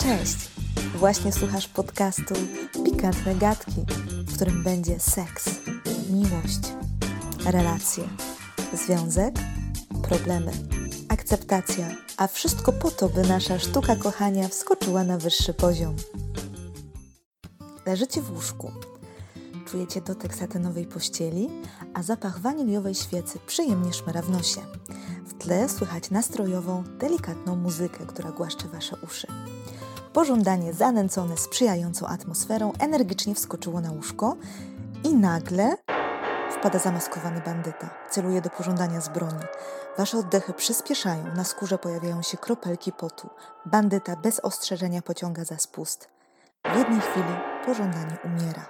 Cześć! Właśnie słuchasz podcastu Pikantne Gadki, w którym będzie seks, miłość, relacje, związek, problemy, akceptacja, a wszystko po to, by nasza sztuka kochania wskoczyła na wyższy poziom. Leżycie w łóżku, czujecie dotyk satynowej pościeli, a zapach waniliowej świecy przyjemnie szmera w nosie. W tle słychać nastrojową, delikatną muzykę, która głaszcze wasze uszy. Pożądanie zanęcone sprzyjającą atmosferą energicznie wskoczyło na łóżko i nagle wpada zamaskowany bandyta. Celuje do pożądania z broni. Wasze oddechy przyspieszają, na skórze pojawiają się kropelki potu. Bandyta bez ostrzeżenia pociąga za spust. W jednej chwili pożądanie umiera.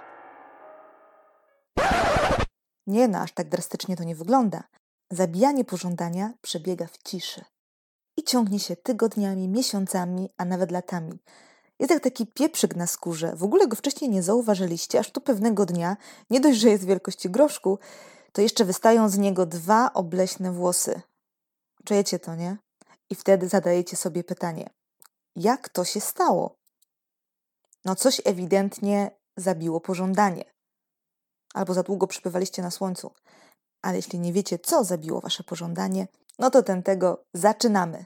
Nie, aż tak drastycznie to nie wygląda. Zabijanie pożądania przebiega w ciszy. I ciągnie się tygodniami, miesiącami, a nawet latami. Jest jak taki pieprzyk na skórze. W ogóle go wcześniej nie zauważyliście, aż tu pewnego dnia, nie dość, że jest wielkości groszku, to jeszcze wystają z niego 2 obleśne włosy. Czujecie to, nie? I wtedy zadajecie sobie pytanie, jak to się stało? No coś ewidentnie zabiło pożądanie. Albo za długo przebywaliście na słońcu. Ale jeśli nie wiecie, co zabiło wasze pożądanie, no to tego zaczynamy.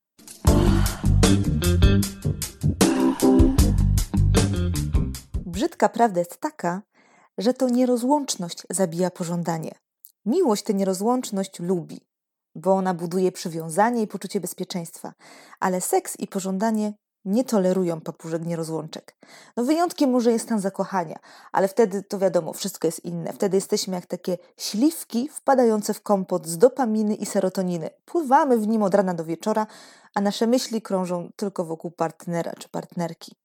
Brzydka prawda jest taka, że to nierozłączność zabija pożądanie. Miłość tę nierozłączność lubi, bo ona buduje przywiązanie i poczucie bezpieczeństwa. Ale seks i pożądanie nie tolerują papużek nierozłączek. No wyjątkiem może jest stan zakochania, ale wtedy to wiadomo, wszystko jest inne. Wtedy jesteśmy jak takie śliwki wpadające w kompot z dopaminy i serotoniny. Pływamy w nim od rana do wieczora, a nasze myśli krążą tylko wokół partnera czy partnerki.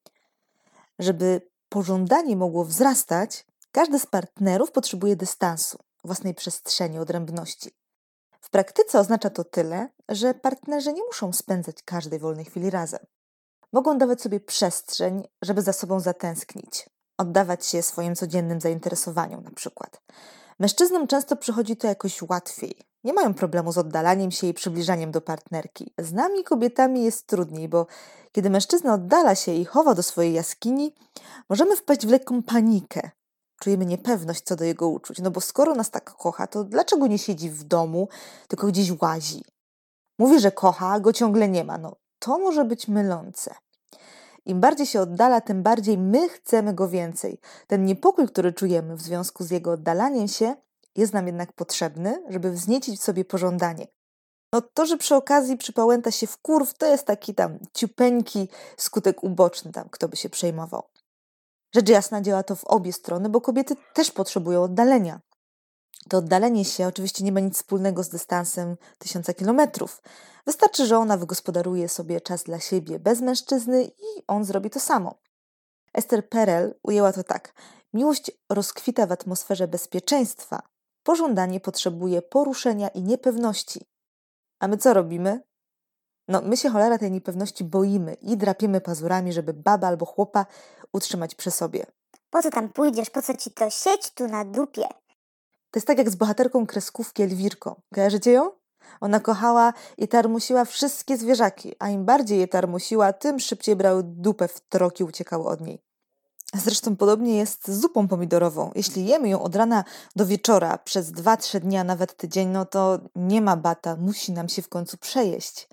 Żeby pożądanie mogło wzrastać, każdy z partnerów potrzebuje dystansu, własnej przestrzeni, odrębności. W praktyce oznacza to tyle, że partnerzy nie muszą spędzać każdej wolnej chwili razem. Mogą dawać sobie przestrzeń, żeby za sobą zatęsknić, oddawać się swoim codziennym zainteresowaniom na przykład. Mężczyznom często przychodzi to jakoś łatwiej. Nie mają problemu z oddalaniem się i przybliżaniem do partnerki. Z nami, kobietami, jest trudniej, bo kiedy mężczyzna oddala się i chowa do swojej jaskini, możemy wpaść w lekką panikę. Czujemy niepewność co do jego uczuć, no bo skoro nas tak kocha, to dlaczego nie siedzi w domu, tylko gdzieś łazi? Mówi, że kocha, a go ciągle nie ma. No to może być mylące. Im bardziej się oddala, tym bardziej my chcemy go więcej. Ten niepokój, który czujemy w związku z jego oddalaniem się, jest nam jednak potrzebny, żeby wzniecić w sobie pożądanie. No to, że przy okazji przypałęta się wkurw, to jest taki tam ciupeńki skutek uboczny, kto by się przejmował. Rzecz jasna, działa to w obie strony, bo kobiety też potrzebują oddalenia. To oddalenie się oczywiście nie ma nic wspólnego z dystansem 1000 kilometrów. Wystarczy, że ona wygospodaruje sobie czas dla siebie bez mężczyzny i on zrobi to samo. Esther Perel ujęła to tak. Miłość rozkwita w atmosferze bezpieczeństwa. Pożądanie potrzebuje poruszenia i niepewności. A my co robimy? No, my się cholera tej niepewności boimy i drapiemy pazurami, żeby baba albo chłopa utrzymać przy sobie. Po co tam pójdziesz? Po co ci to? Siedź tu na dupie. To jest tak jak z bohaterką kreskówki Elwirką. Kojarzycie ją? Ona kochała i tarmusiła wszystkie zwierzaki, a im bardziej je tarmusiła, tym szybciej brały dupę w troki i uciekały od niej. Zresztą podobnie jest z zupą pomidorową. Jeśli jemy ją od rana do wieczora przez 2-3 dni, a nawet tydzień, no to nie ma bata, musi nam się w końcu przejeść.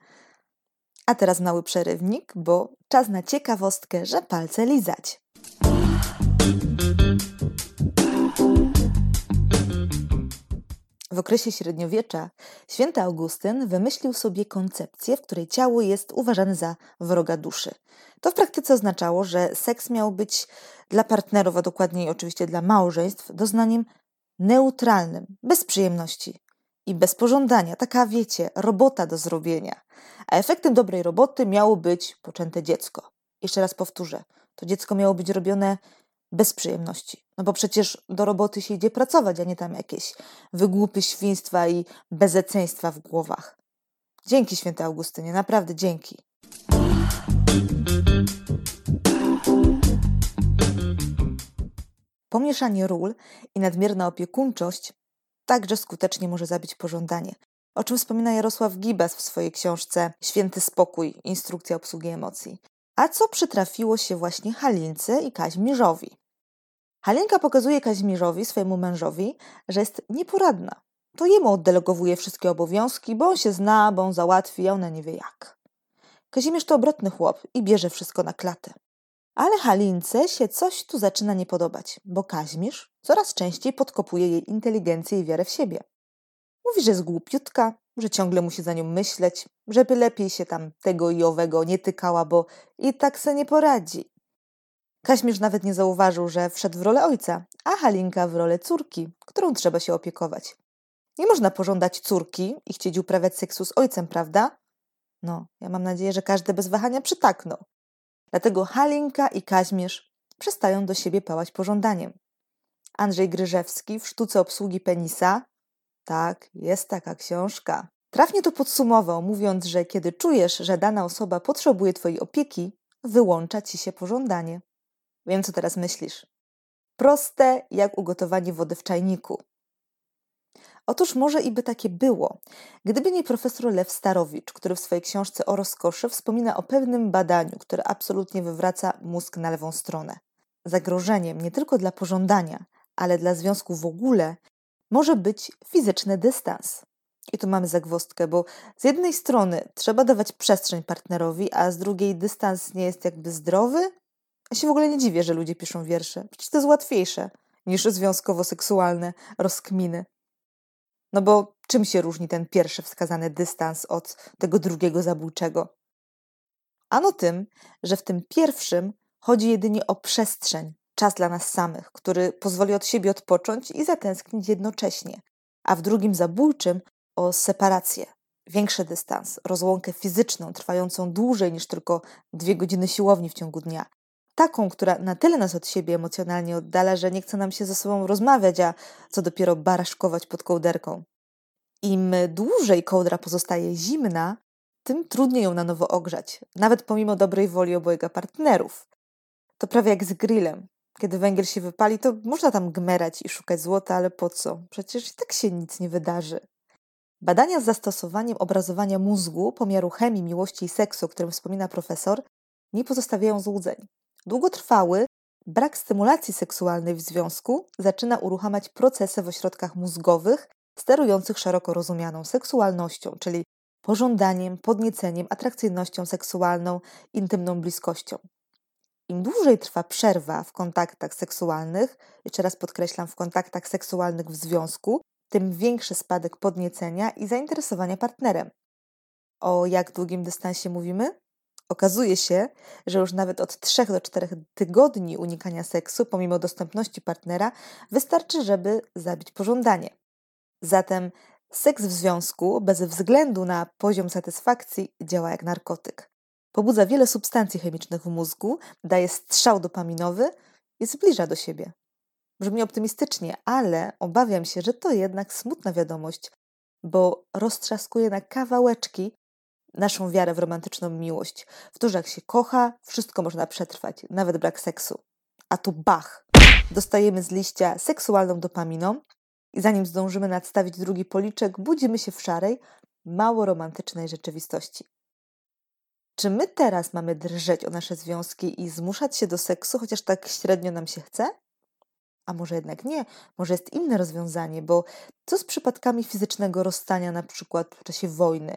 A teraz mały przerywnik, bo czas na ciekawostkę, że palce lizać. W okresie średniowiecza święty Augustyn wymyślił sobie koncepcję, w której ciało jest uważane za wroga duszy. To w praktyce oznaczało, że seks miał być dla partnerów, a dokładniej oczywiście dla małżeństw, doznaniem neutralnym, bez przyjemności i bez pożądania. Taka, wiecie, robota do zrobienia. A efektem dobrej roboty miało być poczęte dziecko. Jeszcze raz powtórzę, to dziecko miało być robione bez przyjemności. No bo przecież do roboty się idzie pracować, a nie tam jakieś wygłupy, świństwa i bezeceństwa w głowach. Dzięki, święty Augustynie, naprawdę dzięki. Pomieszanie ról i nadmierna opiekuńczość także skutecznie może zabić pożądanie, o czym wspomina Jarosław Gibas w swojej książce Święty Spokój – Instrukcja obsługi emocji. A co przytrafiło się właśnie Halince i Kaźmirzowi? Halinka pokazuje Kaźmirzowi, swojemu mężowi, że jest nieporadna. To jemu oddelegowuje wszystkie obowiązki, bo on się zna, bo on załatwi, a ona nie wie jak. Kazimierz to obrotny chłop i bierze wszystko na klatę. Ale Halince się coś tu zaczyna nie podobać, bo Kaźmierz coraz częściej podkopuje jej inteligencję i wiarę w siebie. Mówi, że jest głupiutka, że ciągle musi za nią myśleć, żeby lepiej się tam tego i owego nie tykała, bo i tak se nie poradzi. Kaźmierz nawet nie zauważył, że wszedł w rolę ojca, a Halinka w rolę córki, którą trzeba się opiekować. Nie można pożądać córki i chcieć uprawiać seksu z ojcem, prawda? No, ja mam nadzieję, że każdy bez wahania przytaknął. Dlatego Halinka i Kaźmierz przestają do siebie pałać pożądaniem. Andrzej Gryżewski w Sztuce obsługi penisa, tak, jest taka książka, trafnie to podsumował, mówiąc, że kiedy czujesz, że dana osoba potrzebuje twojej opieki, wyłącza ci się pożądanie. Wiem, co teraz myślisz. Proste jak ugotowanie wody w czajniku. Otóż może i by takie było, gdyby nie profesor Lew Starowicz, który w swojej książce o rozkoszy wspomina o pewnym badaniu, które absolutnie wywraca mózg na lewą stronę. Zagrożeniem nie tylko dla pożądania, ale dla związku w ogóle może być fizyczny dystans. I tu mamy zagwozdkę, bo z jednej strony trzeba dawać przestrzeń partnerowi, a z drugiej dystans nie jest jakby zdrowy. Ja się w ogóle nie dziwię, że ludzie piszą wiersze. Przecież to jest łatwiejsze niż związkowo-seksualne rozkminy. No bo czym się różni ten pierwszy wskazany dystans od tego drugiego zabójczego? Ano tym, że w tym pierwszym chodzi jedynie o przestrzeń, czas dla nas samych, który pozwoli od siebie odpocząć i zatęsknić jednocześnie, a w drugim zabójczym o separację, większy dystans, rozłąkę fizyczną trwającą dłużej niż tylko 2 godziny siłowni w ciągu dnia. Taką, która na tyle nas od siebie emocjonalnie oddala, że nie chce nam się ze sobą rozmawiać, a co dopiero baraszkować pod kołderką. Im dłużej kołdra pozostaje zimna, tym trudniej ją na nowo ogrzać, nawet pomimo dobrej woli obojga partnerów. To prawie jak z grillem. Kiedy węgiel się wypali, to można tam gmerać i szukać złota, ale po co? Przecież i tak się nic nie wydarzy. Badania z zastosowaniem obrazowania mózgu, pomiaru chemii, miłości i seksu, o którym wspomina profesor, nie pozostawiają złudzeń. Długotrwały brak stymulacji seksualnej w związku zaczyna uruchamiać procesy w ośrodkach mózgowych sterujących szeroko rozumianą seksualnością, czyli pożądaniem, podnieceniem, atrakcyjnością seksualną, intymną bliskością. Im dłużej trwa przerwa w kontaktach seksualnych, jeszcze raz podkreślam, w kontaktach seksualnych w związku, tym większy spadek podniecenia i zainteresowania partnerem. O jak długim dystansie mówimy? Okazuje się, że już nawet od 3 do 4 tygodni unikania seksu, pomimo dostępności partnera, wystarczy, żeby zabić pożądanie. Zatem seks w związku, bez względu na poziom satysfakcji, działa jak narkotyk. Pobudza wiele substancji chemicznych w mózgu, daje strzał dopaminowy i zbliża do siebie. Brzmi optymistycznie, ale obawiam się, że to jednak smutna wiadomość, bo roztrzaskuje na kawałeczki naszą wiarę w romantyczną miłość, w to, że jak się kocha, wszystko można przetrwać, nawet brak seksu. A tu bach! Dostajemy z liścia seksualną dopaminą i zanim zdążymy nadstawić drugi policzek, budzimy się w szarej, mało romantycznej rzeczywistości. Czy my teraz mamy drżeć o nasze związki i zmuszać się do seksu, chociaż tak średnio nam się chce? A może jednak nie, może jest inne rozwiązanie, bo co z przypadkami fizycznego rozstania na przykład w czasie wojny?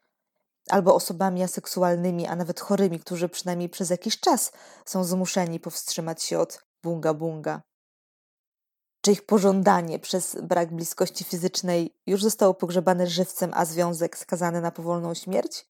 Albo osobami aseksualnymi, a nawet chorymi, którzy przynajmniej przez jakiś czas są zmuszeni powstrzymać się od bunga-bunga. Czy ich pożądanie przez brak bliskości fizycznej już zostało pogrzebane żywcem, a związek skazany na powolną śmierć?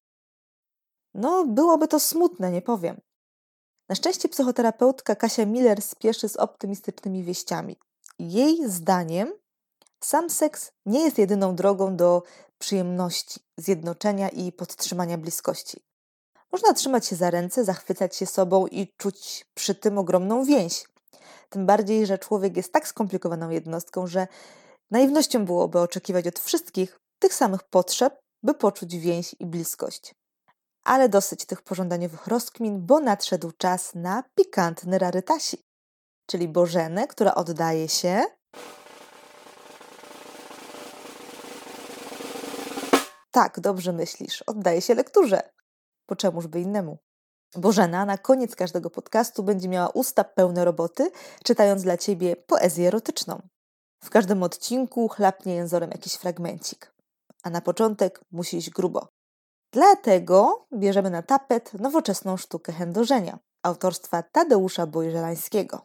No, byłoby to smutne, nie powiem. Na szczęście psychoterapeutka Kasia Miller spieszy z optymistycznymi wieściami. Jej zdaniem sam seks nie jest jedyną drogą do przyjemności, zjednoczenia i podtrzymania bliskości. Można trzymać się za ręce, zachwycać się sobą i czuć przy tym ogromną więź. Tym bardziej, że człowiek jest tak skomplikowaną jednostką, że naiwnością byłoby oczekiwać od wszystkich tych samych potrzeb, by poczuć więź i bliskość. Ale dosyć tych pożądaniowych rozkmin, bo nadszedł czas na pikantny rarytasik, czyli Bożenę, która oddaje się... Tak, dobrze myślisz, oddaje się lekturze. Po czemuż by innemu? Bożena na koniec każdego podcastu będzie miała usta pełne roboty, czytając dla Ciebie poezję erotyczną. W każdym odcinku chlapnie jęzorem jakiś fragmencik. A na początek musi iść grubo. Dlatego bierzemy na tapet nowoczesną sztukę chędożenia autorstwa Tadeusza Bojżelańskiego.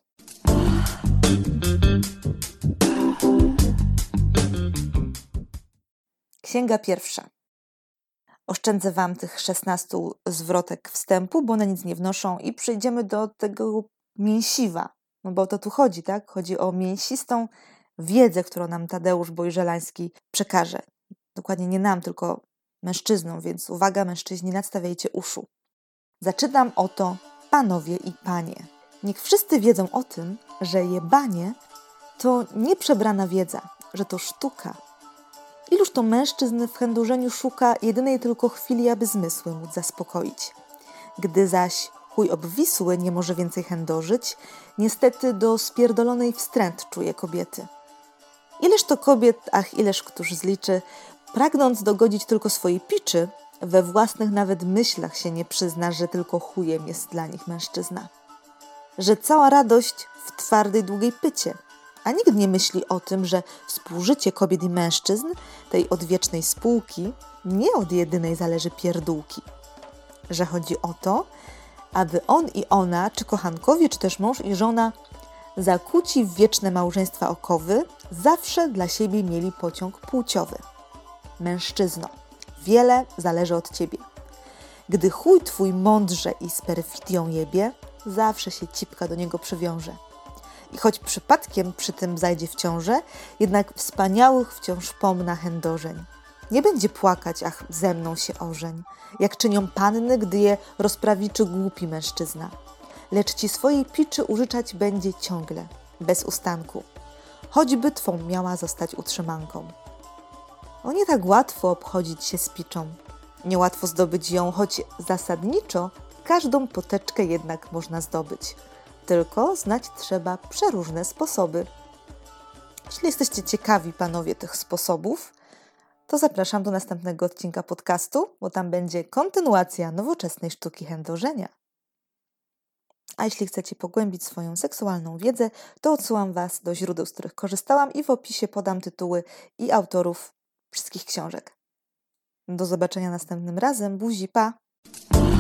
Księga pierwsza. Oszczędzę Wam tych 16 zwrotek wstępu, bo one nic nie wnoszą i przejdziemy do tego mięsiwa. No bo o to tu chodzi, tak? Chodzi o mięsistą wiedzę, którą nam Tadeusz Bojżelański przekaże. Dokładnie nie nam, tylko mężczyznom, więc uwaga mężczyźni, nadstawiajcie uszu. Zaczynam oto, panowie i panie. Niech wszyscy wiedzą o tym, że jebanie to nieprzebrana wiedza, że to sztuka. Iluż to mężczyzn w chędożeniu szuka jedynej tylko chwili, aby zmysły móc zaspokoić. Gdy zaś chuj obwisły nie może więcej chędożyć, niestety do spierdolonej wstręt czuje kobiety. Ileż to kobiet, ach ileż któż zliczy, pragnąc dogodzić tylko swojej piczy, we własnych nawet myślach się nie przyzna, że tylko chujem jest dla nich mężczyzna. Że cała radość w twardej, długiej pycie, a nikt nie myśli o tym, że współżycie kobiet i mężczyzn, tej odwiecznej spółki, nie od jedynej zależy pierdółki. Że chodzi o to, aby on i ona, czy kochankowie, czy też mąż i żona, zakuci w wieczne małżeństwa okowy, zawsze dla siebie mieli pociąg płciowy. Mężczyzno, wiele zależy od ciebie. Gdy chuj twój mądrze i z perfidią jebie, zawsze się cipka do niego przywiąże. I choć przypadkiem przy tym zajdzie w ciążę, jednak wspaniałych wciąż pomna chędożeń. Nie będzie płakać, ach, ze mną się ożeń, jak czynią panny, gdy je rozprawiczy głupi mężczyzna. Lecz ci swojej piczy użyczać będzie ciągle, bez ustanku, choćby twą miała zostać utrzymanką. O nie tak łatwo obchodzić się z piczą, niełatwo zdobyć ją, choć zasadniczo każdą poteczkę jednak można zdobyć. Tylko znać trzeba przeróżne sposoby. Jeśli jesteście ciekawi, panowie, tych sposobów, to zapraszam do następnego odcinka podcastu, bo tam będzie kontynuacja nowoczesnej sztuki chędożenia. A jeśli chcecie pogłębić swoją seksualną wiedzę, to odsyłam Was do źródeł, z których korzystałam i w opisie podam tytuły i autorów wszystkich książek. Do zobaczenia następnym razem. Buzi, pa!